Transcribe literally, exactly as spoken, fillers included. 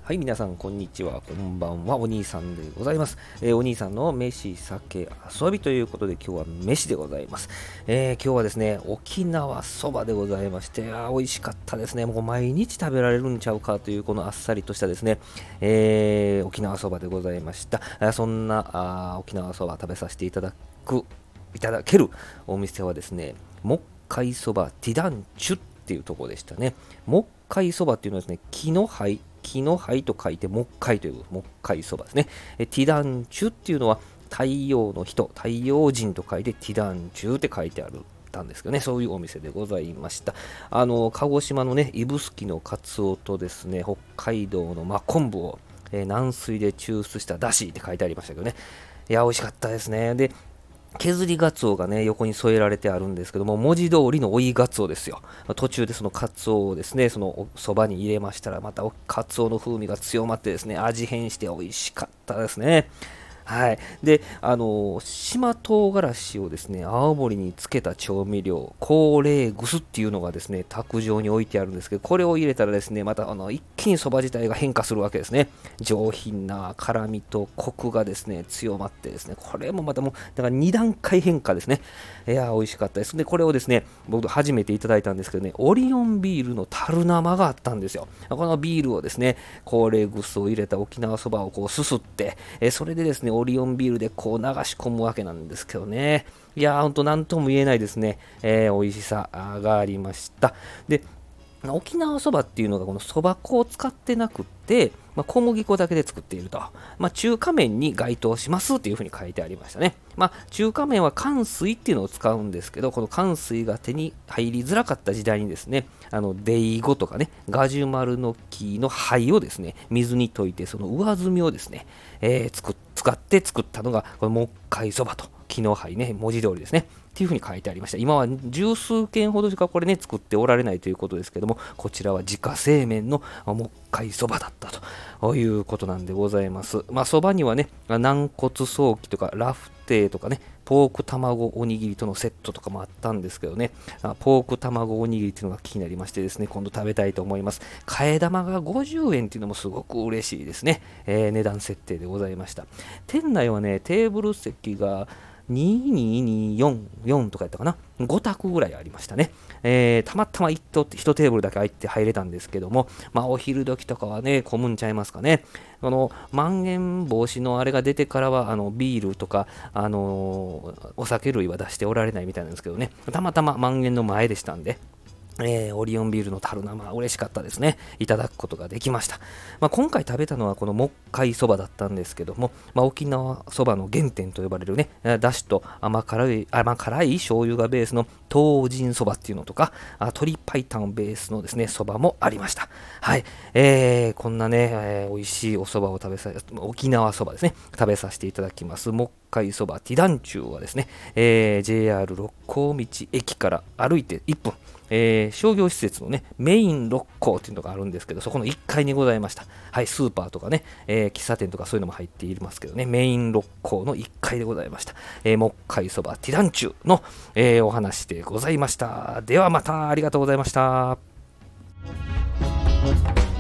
はい、皆さん、こんにちは。こんばんは。お兄さんでございます。えーお兄さんの飯、酒、遊びということで、今日は飯でございます。えー今日はですね、沖縄そばでございまして、あー美味しかったですね。もう毎日食べられるんちゃうかという、このあっさりとしたですね、えー沖縄そばでございました。あーそんなあー沖縄そば食べさせていただく、いただけるお店はですね、木海そばティダンチュっていうところでしたね。木海そばっていうのはですね、木の灰、木の灰と書いて木海という木海そばですね。えティダンチュっていうのは太陽の人、太陽人と書いてティダンチュって書いてある。たんですけどね、そういうお店でございました。あの鹿児島のね、指宿のカツオとですね、北海道の真昆布を、えー軟水で抽出しただしって書いてありましたけどね、いや美味しかったですね。で、削りガツオがね、横に添えられてあるんですけども、文字通りの追いガツオですよ。途中でそのカツオをですね、そのそばに入れましたら、またカツオの風味が強まってですね、味変して美味しかったですね。はい。で、あの、島唐辛子をですね、青森につけた調味料、高麗グっていうのがですね、卓上に置いてあるんですけど、これを入れたらですね、またあの一気にそば自体が変化するわけですね。上品な辛みとコクがですね、強まってですね、これもまたもう、だからに段階変化ですね。いやー、美味しかったです。で、これをですね、僕初めていただいたんですけどね、オリオンビールの樽生があったんですよ。このビールをですね、高麗グスを入れた沖縄そばをこうすすって、えーそれでですね、オリオンビールでこう流し込むわけなんですけどね。いやー、ほんとなんとも言えないですね、えー美味しさがありました。で、沖縄そばっていうのがこのそば粉を使ってなくって、まあ、小麦粉だけで作っていると、まあ、中華麺に該当しますっていうふうに書いてありましたね。まあ、中華麺は乾水っていうのを使うんですけど、この乾水が手に入りづらかった時代にですね、あのデイゴとかね、ガジュマルの木の灰をですね、水に溶いてその上澄みをですね、えー、作っ使って作ったのがこの木海そばと、木の灰ね、文字通りですね。っていうふうに書いてありました。今は十数件ほどしかこれね、作っておられないということですけども、こちらは自家製麺の木海そばだったということなんでございます。まあ、そばにはね、軟骨ソーキとかラフテーとかね、ポーク卵おにぎりとのセットとかもあったんですけどね、ポーク卵おにぎりっていうのが気になりましてですね、今度食べたいと思います。替え玉がごじゅうえんっていうのもすごく嬉しいですね。えー値段設定でございました。店内はね、テーブル席がににによん、よんとかやったかな、ご択ぐらいありましたね。えーたまたまいちテーブルだけ空いて入れたんですけども、まあお昼時とかはね、混むんちゃいますかね。このまん延防止のあれが出てからは、あのビールとか、あのーお酒類は出しておられないみたいなんですけどね、たまたままん延の前でしたんで、えーオリオンビールの樽生、嬉しかったですね。いただくことができました。まあ、今回食べたのはこの木海そばだったんですけども、まあ、沖縄そばの原点と呼ばれるね、だしと甘辛い、甘辛い醤油がベースの東神そばっていうのとか、あ鶏白湯ベースのですね、そばもありました。はい。えーこんなね、えー美味しいおそばを食べさ、沖縄そばですね、食べさせていただきます。木海そばティダンチューはですね、えー ジェイアール 六甲道駅から歩いていっぷん、えー商業施設のね、メイン六甲っていうのがあるんですけど、そこのいっかいにございました。はい、スーパーとかね、えー喫茶店とかそういうのも入っていますけどね、メイン六甲のいっかいでございました。えー、木海そばティダンチュの、えーお話でございました。ではまた、ありがとうございました。